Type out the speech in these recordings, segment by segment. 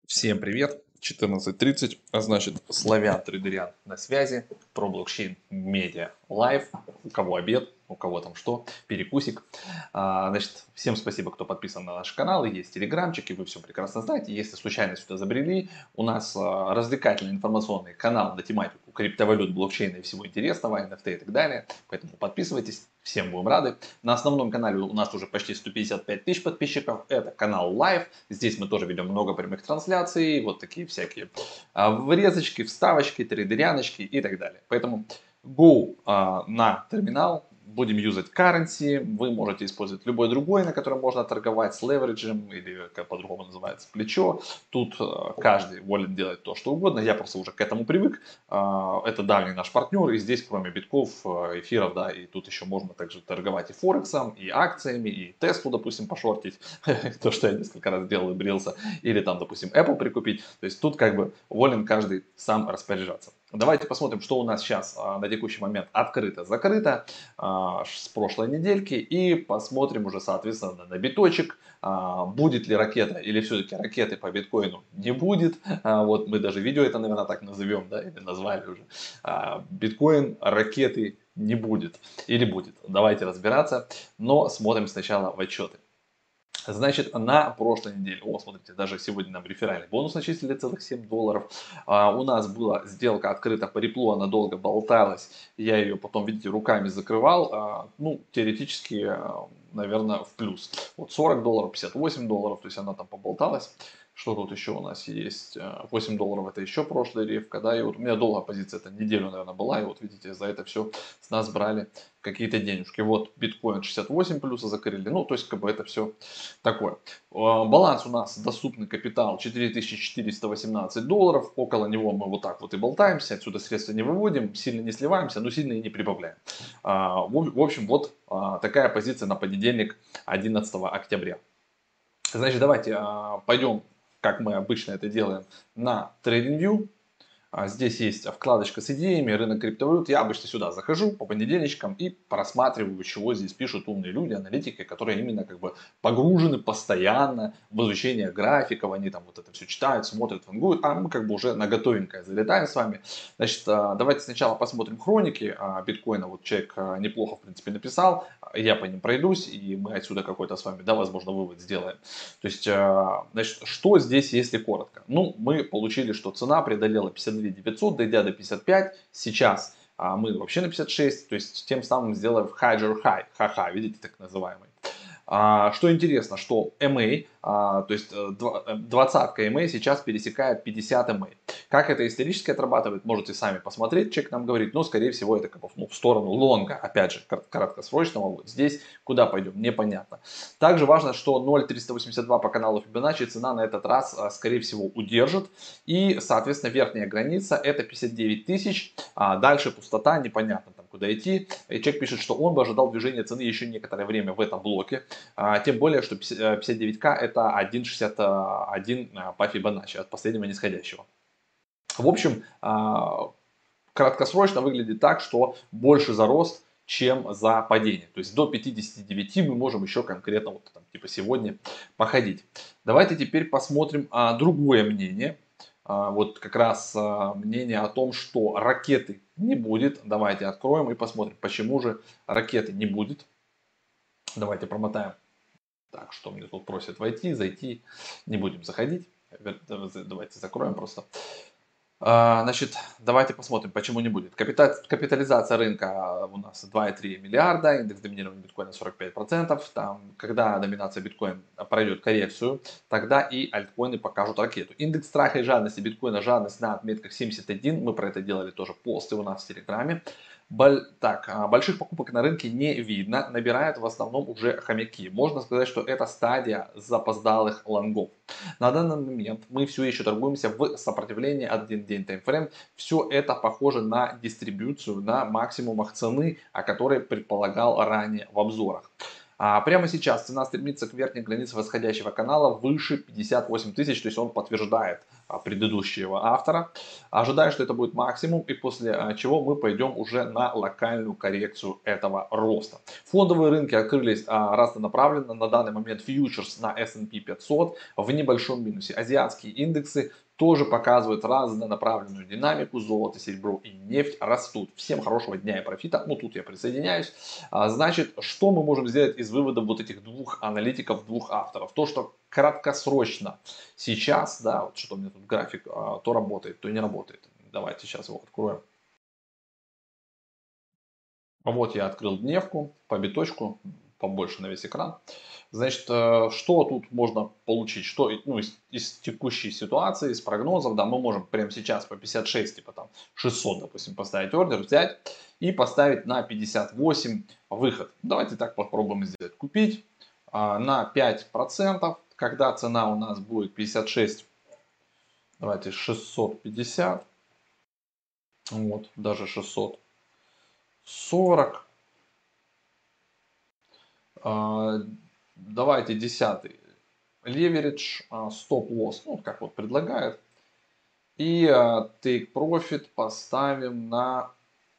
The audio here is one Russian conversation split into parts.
Всем привет! 14:30, а значит Славян Трейдерян на связи, про блокчейн медиа лайв, у кого обед, у кого там что, перекусик. Значит, всем спасибо, кто подписан на наш канал, есть телеграмчики, вы все прекрасно знаете. Если случайно сюда забрели, у нас развлекательный информационный канал на тематику криптовалют, блокчейна и всего интересного, NFT и так далее. Поэтому подписывайтесь, всем будем рады. На основном канале у нас уже почти 155 тысяч подписчиков, это канал Live. Здесь мы тоже ведем много прямых трансляций, вот такие всякие врезочки, вставочки, трейдеряночки и так далее. Поэтому go на терминал, будем юзать currency, вы можете использовать любой другой, на котором можно торговать с левериджем, или как по-другому называется, плечо. Тут каждый волен делать то, что угодно, я просто уже к этому привык. Это давний наш партнер, и здесь кроме битков, эфиров, да, и тут еще можно также торговать и форексом, и акциями, и Теслу, допустим, пошортить, то, что я несколько раз делал и брился, или там, допустим, Apple прикупить. То есть тут как бы волен каждый сам распоряжаться. Давайте посмотрим, что у нас сейчас на текущий момент открыто-закрыто с прошлой недельки. И посмотрим уже, соответственно, на биточек, будет ли ракета или все-таки ракеты по биткоину не будет. Вот мы даже видео это, наверное, так назовем, да, или назвали уже. Биткоин ракеты не будет или будет. Давайте разбираться, но смотрим сначала в отчеты. Значит, на прошлой неделе, смотрите, даже сегодня нам реферальный бонус начислили целых $7. У нас была сделка открыта по реплу, она долго болталась. Я ее потом, видите, руками закрывал. Ну, теоретически, наверное, в плюс. Вот $40, $58, то есть она там поболталась. Что тут еще у нас есть? $8 это еще прошлый ревка, да, и вот у меня долгая позиция, это неделю, наверное, была, и вот видите, за это все с нас брали какие-то денежки. Вот биткоин 68 плюса закрыли, ну, то есть, как бы это все такое. Баланс у нас доступный капитал $4418, около него мы вот так вот и болтаемся, отсюда средства не выводим, сильно не сливаемся, но сильно и не прибавляем. В общем, вот такая позиция на понедельник, 11 октября. Значит, давайте пойдем, как мы обычно это делаем, на TradingView. Здесь есть вкладочка с идеями, рынок криптовалют. Я обычно сюда захожу по понедельничкам и просматриваю, чего здесь пишут умные люди, аналитики, которые именно как бы погружены постоянно в изучение графиков. Они там вот это все читают, смотрят, вангуют, а мы как бы уже на готовенькое залетаем с вами. Значит, давайте сначала посмотрим хроники биткоина. Вот человек неплохо, в принципе, написал. Я по ним пройдусь, и мы отсюда какой-то с вами, да, возможно, вывод сделаем. То есть, значит, что здесь, если коротко? Ну, мы получили, что цена преодолела 52 900, дойдя до 55. Сейчас мы вообще на 56, то есть тем самым сделаем higher high, ха-ха, видите, так называемый. Что интересно, что MA, то есть двадцатка MA сейчас пересекает 50 MA. Как это исторически отрабатывает, можете сами посмотреть, человек нам говорит, но скорее всего это как бы, в сторону лонга, опять же, краткосрочного. Вот здесь куда пойдем, непонятно. Также важно, что 0.382 по каналу Fibonacci цена на этот раз скорее всего удержит. И, соответственно, верхняя граница это 59 тысяч, дальше пустота, непонятно там куда идти. И человек пишет, что он бы ожидал движения цены еще некоторое время в этом блоке. Тем более, что 59к это 1.61 по Fibonacci от последнего нисходящего. В общем, краткосрочно выглядит так, что больше за рост, чем за падение. То есть до 59 мы можем еще конкретно вот там, типа сегодня походить. Давайте теперь посмотрим другое мнение. Вот как раз мнение о том, что ракеты не будет. Давайте откроем и посмотрим, почему же ракеты не будет. Давайте промотаем. Так, что мне тут просят войти, зайти. Не будем заходить. Давайте закроем просто. Значит, давайте посмотрим, почему не будет. Капитализация рынка у нас 2,3 миллиарда, индекс доминирования биткоина 45%. Там, когда доминация биткоина пройдет коррекцию, тогда и альткоины покажут ракету. Индекс страха и жадности биткоина, жадность на отметках 71. Мы про это делали тоже посты у нас в Телеграме. Больших покупок на рынке не видно, набирают в основном уже хомяки. Можно сказать, что это стадия запоздалых лонгов. На данный момент мы все еще торгуемся в сопротивлении 1 день таймфрейм. Все это похоже на дистрибьюцию на максимумах цены, о которой предполагал ранее в обзорах. А прямо сейчас цена стремится к верхней границе восходящего канала выше 58 тысяч, то есть он подтверждает предыдущего автора. Ожидаю, что это будет максимум, и после чего мы пойдем уже на локальную коррекцию этого роста. Фондовые рынки открылись разнонаправленно. На данный момент фьючерс на S&P 500 в небольшом минусе. Азиатские индексы тоже показывают разнонаправленную динамику. Золото, серебро и нефть растут. Всем хорошего дня и профита. Ну, тут я присоединяюсь. Значит, что мы можем сделать из выводов вот этих двух аналитиков, двух авторов? То, что краткосрочно сейчас, да, вот что у меня тут график, то работает, то не работает. Давайте сейчас его откроем. Вот я открыл дневку по биточку, побольше на весь экран. Значит, что тут можно получить? Что ну, из текущей ситуации, из прогнозов, да, мы можем прямо сейчас по 56, типа там 600, допустим, поставить ордер, взять и поставить на 58 выход. Давайте так попробуем сделать. Купить на 5%, когда цена у нас будет 56, давайте 650, вот, даже 640. Давайте 10 леверидж, стоп-лосс, ну, как вот предлагает. И take profit поставим на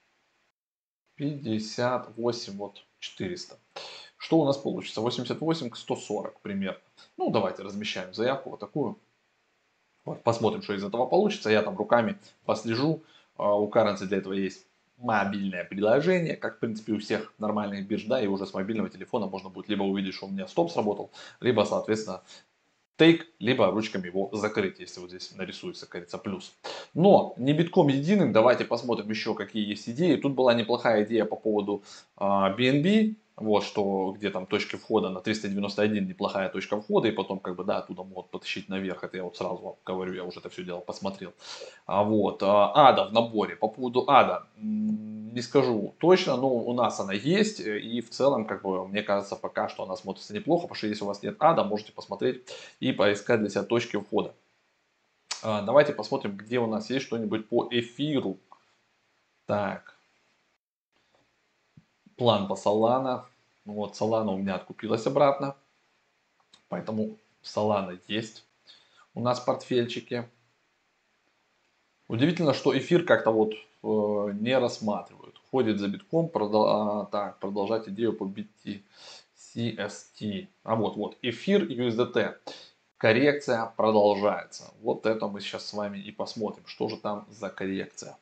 58 вот 400. Что у нас получится? 88 к 140 примерно. Ну, давайте размещаем заявку вот такую. Вот, посмотрим, что из этого получится. Я там руками послежу. У Currency для этого есть мобильное приложение, как в принципе у всех нормальных бирж, да, и уже с мобильного телефона можно будет либо увидеть, что у меня стоп сработал, либо, соответственно, тейк, либо ручками его закрыть, если вот здесь нарисуется, как говорится, плюс. Но не битком единым, давайте посмотрим еще, какие есть идеи. Тут была неплохая идея по поводу BNB, вот, что где там точки входа на 391 неплохая точка входа, и потом как бы, да, оттуда могут потащить наверх, это я вот сразу вам говорю, я уже это все дело посмотрел. Ада в наборе, по поводу ада, не скажу точно, но у нас она есть, и в целом, как бы, мне кажется, пока что она смотрится неплохо, потому что если у вас нет ада, можете посмотреть и поискать для себя точки входа. Давайте посмотрим, где у нас есть что-нибудь по эфиру. Так, план по Solana. Вот, Solana у меня откупилась обратно, поэтому Solana есть у нас в портфельчике. Удивительно, что эфир как-то вот не рассматривают. Ходит за битком, так, продолжать идею по BTCST. Вот, эфир USDT. Коррекция продолжается. Вот это мы сейчас с вами и посмотрим, что же там за коррекция.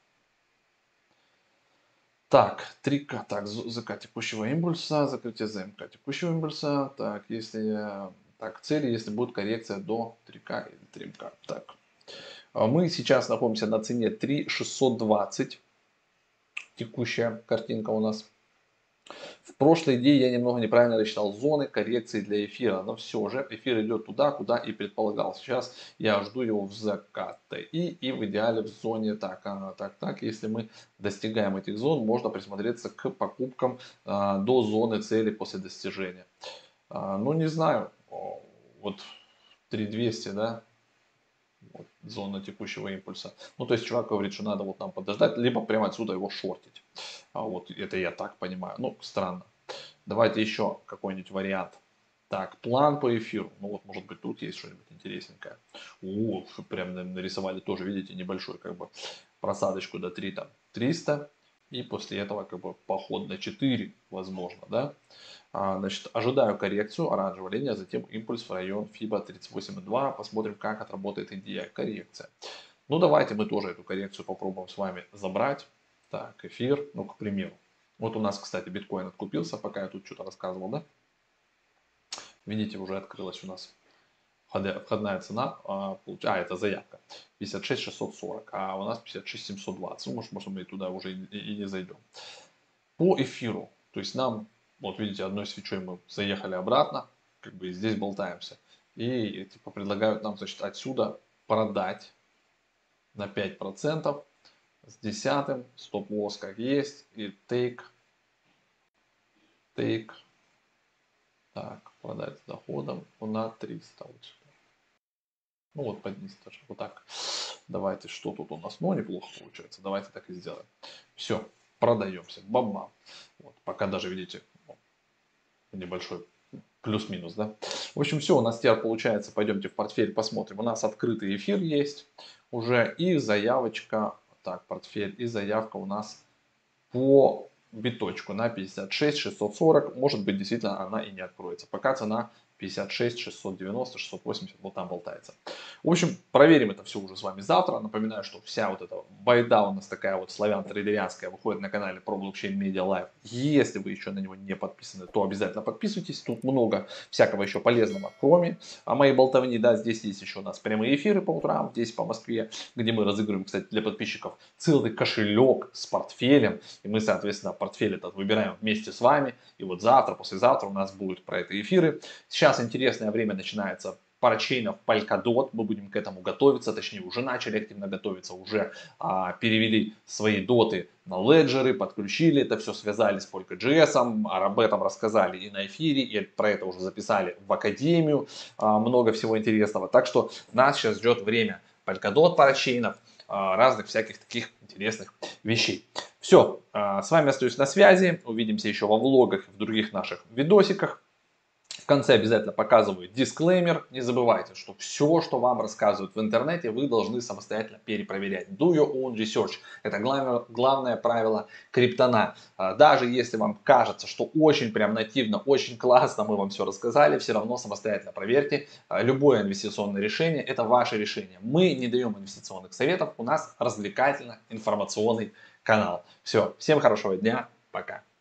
Так, 3К, так, ЗК текущего импульса, закрытие ЗМК текущего импульса. Так, так, цели, если будет коррекция до 3К или 3МК. Так, мы сейчас находимся на цене 3620. Текущая картинка у нас. В прошлый день я немного неправильно рассчитал зоны коррекции для эфира, но все же эфир идет туда, куда и предполагал. Сейчас я жду его в ЗКТИ и в идеале в зоне так. Если мы достигаем этих зон, можно присмотреться к покупкам до зоны цели после достижения. Ну не знаю, вот 3200, да, вот, зона текущего импульса. Ну, то есть чувак говорит, что надо вот нам подождать, либо прямо отсюда его шортить. Вот это я так понимаю. Ну, странно. Давайте еще какой-нибудь вариант. Так, план по эфиру. Ну вот, может быть, тут есть что-нибудь интересненькое. Прям нарисовали тоже, видите, небольшой как бы просадочку до 3, там, 300. И после этого как бы поход на 4, возможно, да. Значит, ожидаю коррекцию, оранжевая линия, затем импульс в район FIBA 38,2. Посмотрим, как отработает идея коррекция. Ну, давайте мы тоже эту коррекцию попробуем с вами забрать. Так, эфир, ну, к примеру. Вот у нас, кстати, биткоин откупился, пока я тут что-то рассказывал, да? Видите, уже открылась у нас входная цена, это заявка, 56 640, а у нас 56 720. Ну, может мы туда уже и не зайдем. По эфиру, то есть нам, вот видите, одной свечой мы заехали обратно, как бы и здесь болтаемся. И типа предлагают нам, значит, отсюда продать на 5% с 10, стоп-лосс как есть, и take, так, продать с доходом на 300. Вот сюда. Ну вот под низ даже, вот так. Давайте, что тут у нас? Ну, неплохо получается. Давайте так и сделаем. Все, продаемся. Бам-бам. Вот, пока даже, видите, небольшой плюс-минус, да. В общем, все, у нас теперь получается, пойдемте в портфель посмотрим. У нас открытый эфир есть уже и заявочка, так, портфель, и заявка у нас по биточку на 56 640. Может быть, действительно она и не откроется. Пока цена 56 690, 680, вот там болтается. В общем, проверим это все уже с вами завтра. Напоминаю, что вся вот эта байда у нас такая вот славян-трейдерианская выходит на канале про блокчейн Media Live. Если вы еще на него не подписаны, то обязательно подписывайтесь. Тут много всякого еще полезного, кроме моей болтовни. Да, здесь есть еще у нас прямые эфиры по утрам, здесь по Москве, где мы разыгрываем, кстати, для подписчиков целый кошелек с портфелем. И мы, соответственно, портфель этот выбираем вместе с вами. И вот завтра, послезавтра у нас будут про это эфиры. Сейчас интересное время начинается парачейнов Polkadot, мы будем к этому готовиться, точнее уже начали активно готовиться, уже перевели свои доты на леджеры, подключили это все, связали с Polka.js, об этом рассказали и на эфире, и про это уже записали в академию, много всего интересного. Так что нас сейчас ждет время Polkadot парачейнов, разных всяких таких интересных вещей. Все, с вами остаюсь на связи, увидимся еще во влогах и в других наших видосиках. В конце обязательно показываю дисклеймер. Не забывайте, что все, что вам рассказывают в интернете, вы должны самостоятельно перепроверять. Do your own research. Это главное правило криптона. Даже если вам кажется, что очень прям нативно, очень классно мы вам все рассказали, все равно самостоятельно проверьте. Любое инвестиционное решение – это ваше решение. Мы не даем инвестиционных советов, у нас развлекательно-информационный канал. Все, всем хорошего дня, пока.